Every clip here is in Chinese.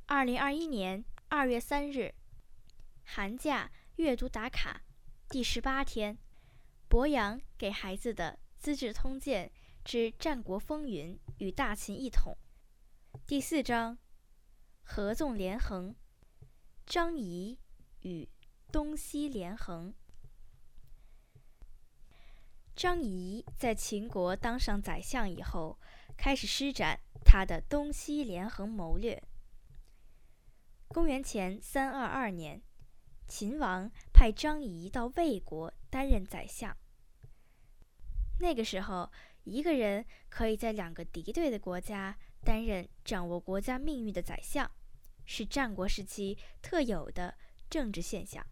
2021年2月3日，寒假阅读打卡第18天，博洋给孩子的《资治通鉴之战国风云与大秦一统》第4章，合纵连横，张仪与东西连横。张仪在秦国当上宰相以后，开始施展他的东西连横谋略。公元前322年，秦王派张仪到魏国担任宰相。那个时候，一个人可以在2个敌对的国家担任掌握国家命运的宰相，是战国时期特有的政治现象。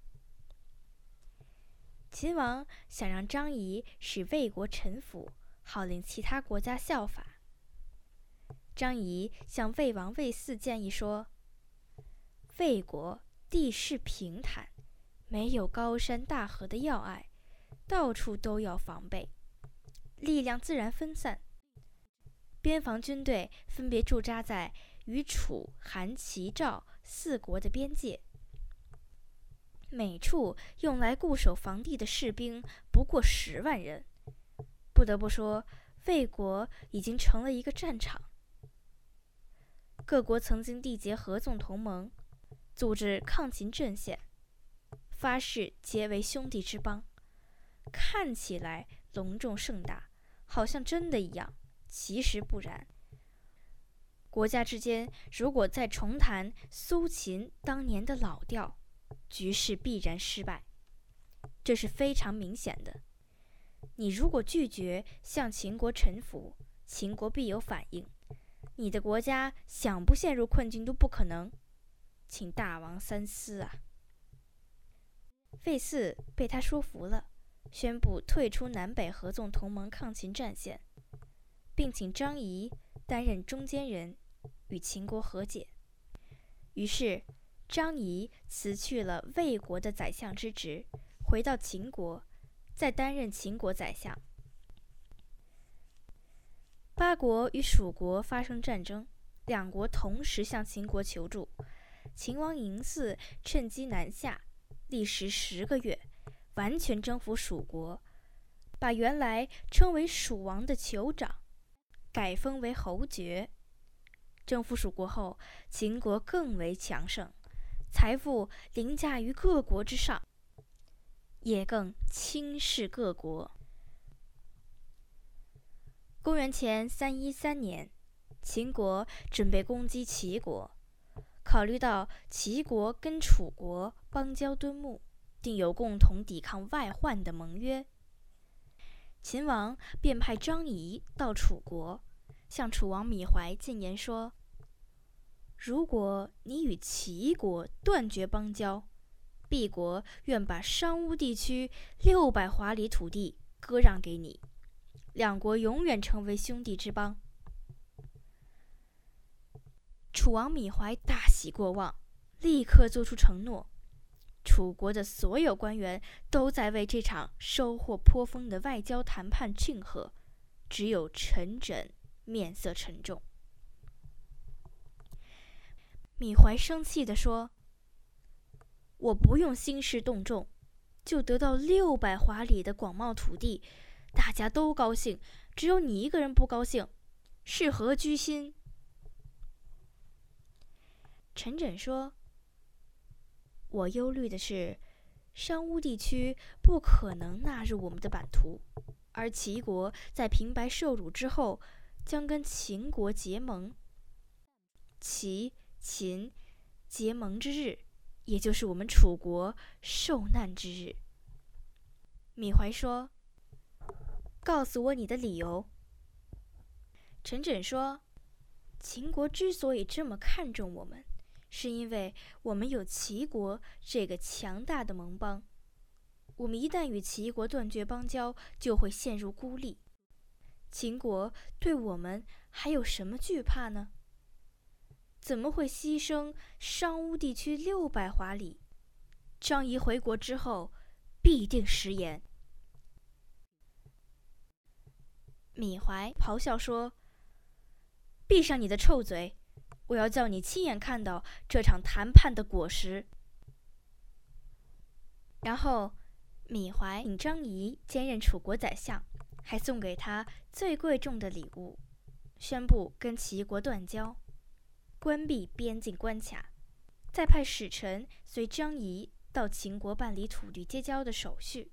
秦王想让张仪使魏国臣服，好令其他国家效法。张仪向魏王魏嗣建议说，魏国地势平坦，没有高山大河的要隘，到处都要防备，力量自然分散。边防军队分别驻扎在与楚、韩、齐、赵4国的边界，每处用来固守防地的士兵不过10万人。不得不说，魏国已经成了一个战场。各国曾经缔结合纵同盟，组织抗秦阵线，发誓结为兄弟之邦，看起来隆重盛大，好像真的一样，其实不然。国家之间如果再重弹苏秦当年的老调，局势必然失败，这是非常明显的。你如果拒绝向秦国臣服，秦国必有反应，你的国家想不陷入困境都不可能，请大王三思啊！魏嗣被他说服了，宣布退出南北合纵同盟抗秦战线，并请张仪担任中间人，与秦国和解。于是张仪辞去了魏国的宰相之职，回到秦国，再担任秦国宰相。巴国与蜀国发生战争，2国同时向秦国求助。秦王嬴驷趁机南下，历时10个月，完全征服蜀国，把原来称为蜀王的酋长改封为侯爵。征服蜀国后，秦国更为强盛，财富凌驾于各国之上，也更轻视各国。公元前313年，秦国准备攻击齐国，考虑到齐国跟楚国邦交敦睦，定有共同抵抗外患的盟约，秦王便派张仪到楚国，向楚王芈怀进言说，如果你与齐国断绝邦交，敝国愿把商巫地区600华里土地割让给你，2国永远成为兄弟之邦。楚王芈怀大喜过望，立刻做出承诺。楚国的所有官员都在为这场收获颇丰的外交谈判庆贺，只有陈轸面色沉重。芈怀生气地说，我不用兴师动众，就得到600华里的广袤土地，大家都高兴，只有你一个人不高兴，是何居心？陈轸说，我忧虑的是，商巫地区不可能纳入我们的版图，而齐国在平白受辱之后，将跟秦国结盟。齐、秦结盟之日，也就是我们楚国受难之日。芈怀说，告诉我你的理由。陈轸说，秦国之所以这么看重我们，是因为我们有齐国这个强大的盟邦，我们一旦与齐国断绝邦交，就会陷入孤立。秦国对我们还有什么惧怕呢？怎么会牺牲商巫地区600华里？张仪回国之后，必定食言。芈怀咆哮说，闭上你的臭嘴， 我要叫你亲眼看到这场谈判的果实。然后，米怀请张仪兼任楚国宰相，还送给他最贵重的礼物，宣布跟齐国断交，关闭边境关卡，再派使臣随张仪到秦国办理土地接交的手续。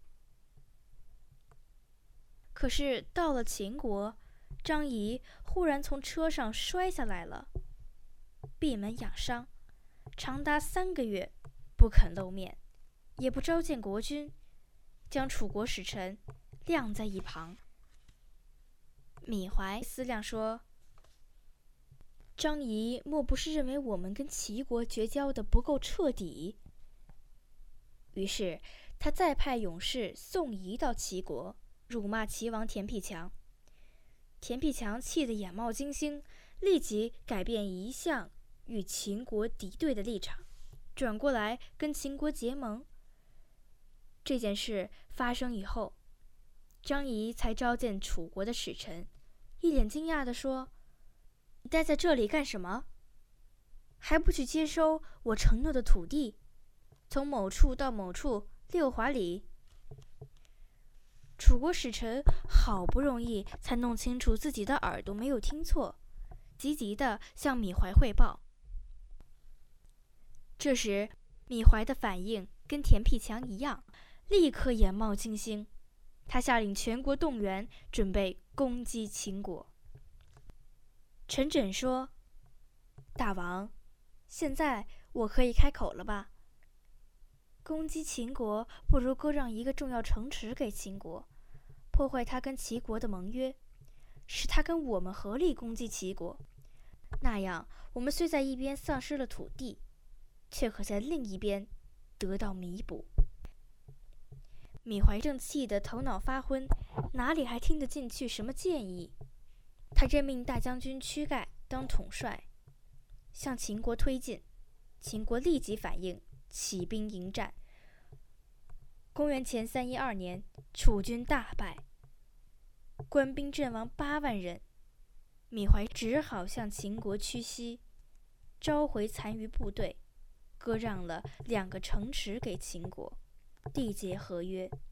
可是到了秦国，张仪忽然从车上摔下来了，闭门养伤，长达3个月不肯露面，也不召见国君，将楚国使臣晾在一旁。米怀思量说，张仪莫不是认为我们跟齐国绝交的不够彻底？于是他再派勇士宋仪到齐国，辱骂齐王田辟强。田辟强气得眼冒金星，立即改变一向与秦国敌对的立场，转过来跟秦国结盟。这件事发生以后，张仪才召见楚国的使臣，一脸惊讶地说：“你待在这里干什么？还不去接收我承诺的土地？从某处到某处6华里。”楚国使臣好不容易才弄清楚自己的耳朵没有听错，急急地向米怀汇报。这时，米怀的反应跟田辟强一样，立刻眼冒金星。他下令全国动员，准备攻击秦国。陈轸说：“大王，现在我可以开口了吧？攻击秦国，不如割让一个重要城池给秦国，破坏他跟齐国的盟约，使他跟我们合力攻击齐国。那样，我们虽在一边丧失了土地，却可在另一边得到弥补。”米怀正气得头脑发昏，哪里还听得进去什么建议？他任命大将军屈盖当统帅，向秦国推进。秦国立即反应，起兵迎战。公元前312年，楚军大败，官兵阵亡8万人。米怀只好向秦国屈膝，召回残余部队，割让了2个城池给秦国，缔结合约。